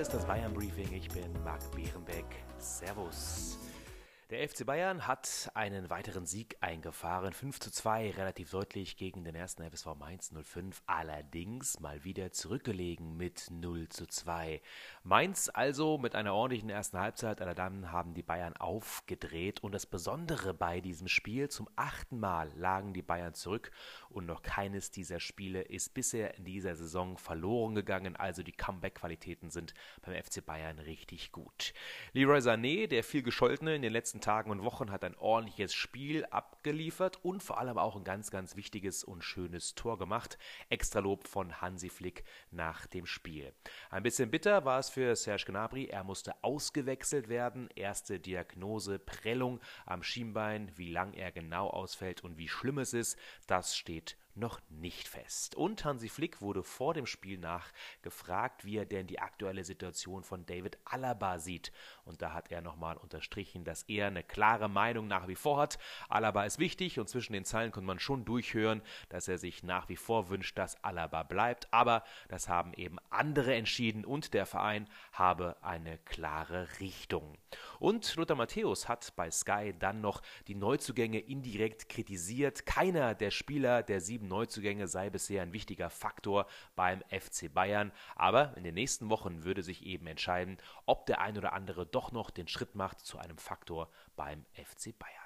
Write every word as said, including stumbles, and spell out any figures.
Hier ist das Bayern Briefing. Ich bin Marc Bärenbeck. Servus. Der F C Bayern hat einen weiteren Sieg eingefahren. fünf zu zwei, relativ deutlich gegen den ersten F S V Mainz null fünf. Allerdings mal wieder zurückgelegen mit null zu zwei. Mainz also mit einer ordentlichen ersten Halbzeit. Aber dann haben die Bayern aufgedreht. Und das Besondere bei diesem Spiel, zum achten Mal lagen die Bayern zurück. Und noch keines dieser Spiele ist bisher in dieser Saison verloren gegangen. Also die Comeback-Qualitäten sind beim F C Bayern richtig gut. Leroy Sané, der viel gescholtene in den letzten Tagen und Wochen, hat ein ordentliches Spiel abgeliefert und vor allem auch ein ganz, ganz wichtiges und schönes Tor gemacht. Extra Lob von Hansi Flick nach dem Spiel. Ein bisschen bitter war es für Serge Gnabry. Er musste ausgewechselt werden. Erste Diagnose, Prellung am Schienbein. Wie lang er genau ausfällt und wie schlimm es ist, das steht noch nicht fest. Und Hansi Flick wurde vor dem Spiel nachgefragt, wie er denn die aktuelle Situation von David Alaba sieht. Und da hat er nochmal unterstrichen, dass er eine klare Meinung nach wie vor hat. Alaba ist wichtig und zwischen den Zeilen konnte man schon durchhören, dass er sich nach wie vor wünscht, dass Alaba bleibt. Aber das haben eben andere entschieden und der Verein habe eine klare Richtung. Und Lothar Matthäus hat bei Sky dann noch die Neuzugänge indirekt kritisiert. Keiner der Spieler der sieben Neuzugänge sei bisher ein wichtiger Faktor beim F C Bayern. Aber in den nächsten Wochen würde sich eben entscheiden, ob der ein oder andere doch noch den Schritt macht zu einem Faktor beim F C Bayern.